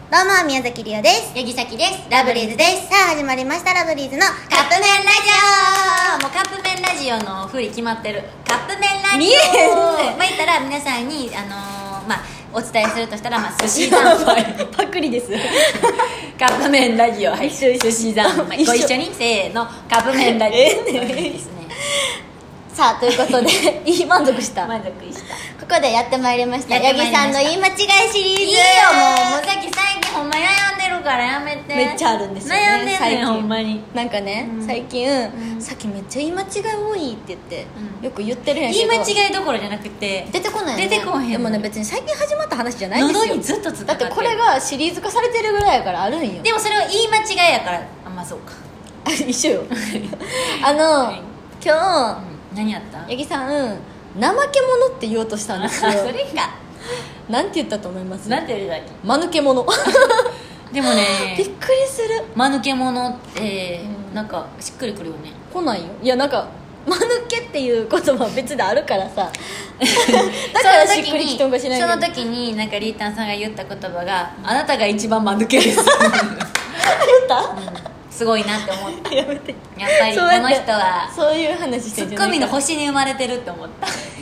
どうも宮崎りおです。 八木崎です。 ラブリーズです。さあ始まりましたラブリーズのカップ麺ラジもうカップ麺ラジオの振り決まってる。カップ麺ラジオ見えへんねまあ言ったら皆さんにまあお伝えするとしたら寿司三昧パクリですカップ麺ラジオ、はい、 一緒寿司三昧ご一緒にせーのカップ麺ラジオですね。 さあということでいい満足した。 満足した。 ここでやってまいりましたやってまいりました八木さんの言い間違いシリーズ。 いいよもうさっき最近ほんま悩んでるからやめて。 めっちゃあるんですよね悩んでんね最近ほんまに。 なんかね、最近、さっきめっちゃ言い間違い多いって言って、よく言ってるんやけど言い間違いどころじゃなくて出てこないよね。 出てこへんのでもね別に最近始まった話じゃないんですよ。 喉にずっとつだってこれがシリーズ化されてるぐらいやからあるんよ。 でもそれは言い間違いやからそうか一緒よい今日何やった八木さん怠け者って言おうとしたんですよそれかなんて言ったと思います？ なんて言うだっけ。 間抜け者でもねびっくりする。 間抜け者ってなんかしっくりくるよね。 来ないよ。いやなんか間抜けっていう言葉は別であるからさだからしっくりきとんがしないその時になんかリータンさんが言った言葉があなたが一番間抜けです言ったすごいなって思ったやめて。 やっぱりこの人はそういう話してんじゃないツッコミの星に生まれてるって思った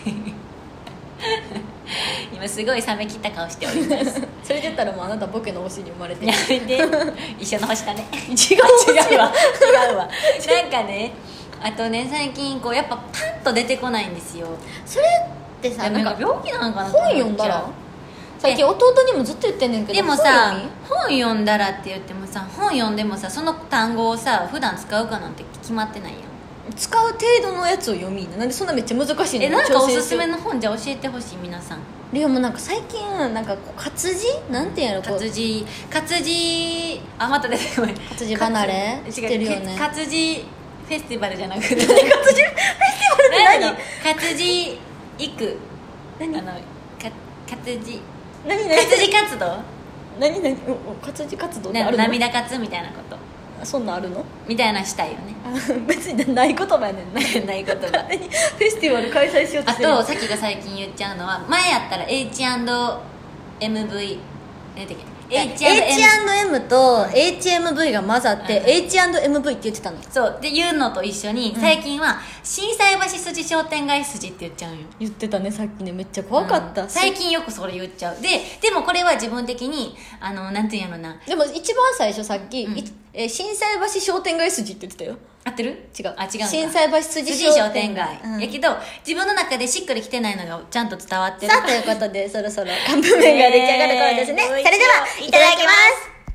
今すごい冷め切った顔しておりますそれで言ったらもうあなたボケの星に生まれてる。 やめて一緒の星だね違う違うわなんかねあとね最近こうやっぱパンと出てこないんですよ。 それってさなんか病気なのかなと思っちゃう。 本読んだら最近弟にもずっと言ってんねんけどでもさ本本読んだらって言ってもさ本読んでもさその単語をさ普段使うかなんて決まってないやん。 使う程度のやつを読みなんでそんなめっちゃ難しいの。 なんかおすすめの本じゃ教えてほしい皆さん。 でもなんか最近なんかこう活字なんていうんやろこう活字また出てこない。 活字離れしてるよね。 活字フェスティバルじゃなくて活字フェスティバルって何？ 活字行く何活字何活字活動何活字活動ってあるの？ 涙活みたいなことそんなんあるの？ みたいなしたいよね。 別にない言葉やねんなない言葉フェスティバル開催しようとあしてる。 とさっきが最近言っちゃうのは前やったら H&MV H&M と HMV が混ざって H&MV って言ってたの。 そうで言うのと一緒に最近は心斎橋筋商店街筋って言っちゃうんよ。 言ってたねさっきね。めっちゃ怖かった、 最近よくそれ言っちゃう。でもこれは自分的になんていうんやろな。 でも一番最初さっき、心斎橋商店街筋って言ってたよ。 合ってる？ 違う。 違うんか。 心斎橋筋商店街、やけど自分の中でしっくりきてないのがちゃんと伝わってる。 さあということでそろそろカップ麺が出来上がる頃ですね。それではいただ